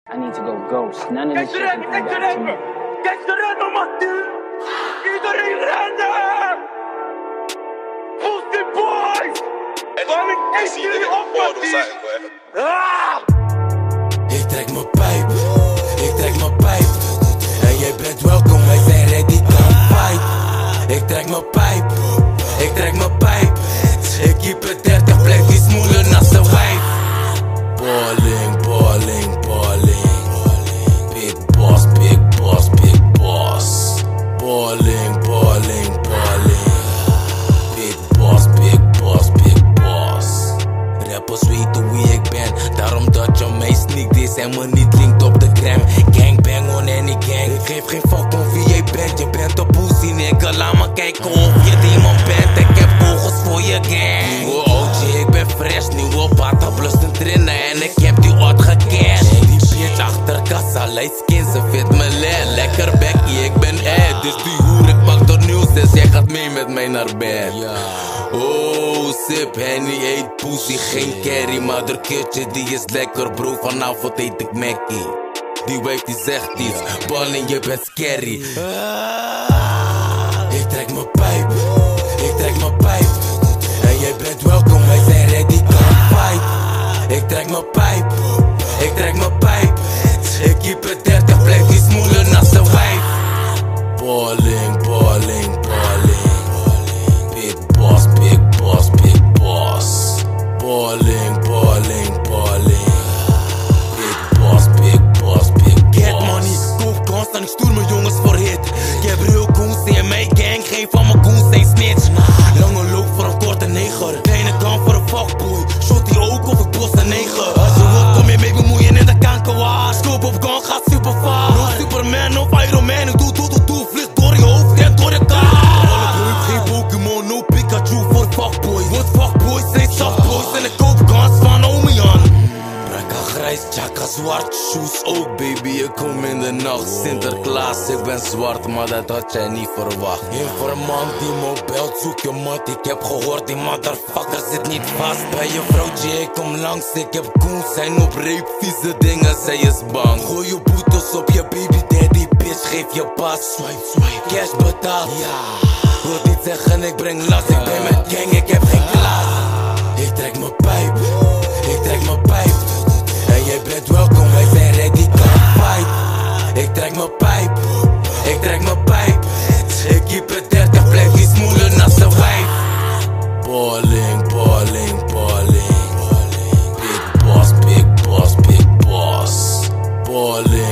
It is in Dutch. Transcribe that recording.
I need to go ghost. None of this shit can come back to me. Iedereen rennen! Pussy boys! Waarom is jullie op Ik trek mijn pijp, ik trek mijn pijp. En jij bent welkom, wij zijn ready to fight. Ik trek mijn pijp, ik trek mijn pijp. Ik keep het 30, blijf die smoelen als een wijf. Balling, balling, balling. Big boss, big boss, big boss. Balling, balling, balling. Big boss, big boss, big boss. Rappers weten wie ik ben, daarom dat je mij sneakt is en me niet linkt op de gram. Gangbang on any gang, ik geef geen fuck om wie jij bent. Je bent een pussy nigga, laat me kijken of je demon bent. Ik heb kogels voor je gang. Nieuwe OG, ik ben fresh, nieuwe bata, blussend drinnen en ik heb die oud gecashed. En die bitch achter kassa, light skin, ze vindt me leer. Lekker bekkie, ik ben Ed, dus die hoer, ik pak door nieuws, dus jij gaat mee met mij naar bed. Oh, sip, Henny eet pussy, geen carry, maar door keertje die is lekker bro, vanavond eet ik Mackie. Die wijf die zegt iets, balling je bent scary. Ik trek mijn pijp, ik trek mijn pijp. En jij bent welkom, wij zijn ready to fight. Ik trek mijn pijp, ik trek mijn pijp. Ik keep het 30, blijf die smoelen als een wijf. Balling, balling, balling. Big boss, big boss, big boss. Balling, balling, balling. Big boss, big boss, big boss. Get money, koop constant, ik stuur mijn jongens voor hit. Ik heb real goons in mijn gang, geen van mijn goons zijn snitch. Lange loop voor een korte neger, kleine kan voor een fuckboy. Shot die ook of ik bos een neger. Als je wilt kom je mee bemoeien in de kankerwaar. Scoop op gang gaat super vaar. No Superman of Iron Man, ik doe, vlieg door je hoofd en door je kaart. Geen Pokémon, no Pikachu voor fuckboys. Want fuckboys zijn softboys en ik koop guns van Omian. Brakka grijs, chaka zwart, shoes ook baby, ik kom in de nacht. Sinterklaas, ik ben zwart, maar dat had jij niet verwacht. Informant die me belt, zoek je mat, ik heb gehoord die motherfucker zit niet vast. Bij je vrouwtje, ik kom langs, ik heb koens, zijn op reep, vieze dingen, zij is bang. Gooi je boetes op je baby daddy, bitch, geef je pas. Swipe, swipe, cash betaald, ja. Wil niet zeggen ik breng last, ik ben met gang, ik heb geen klas. Ik trek mijn pijp, ik trek mijn pijp. En jij bent welkom, wij zijn ready to fight. Ik trek mijn pijp, ik trek mijn pijp. Ik keep het 30, blijf die smoelen als een wijf. Balling, balling, balling. Big boss, big boss, big boss. Balling.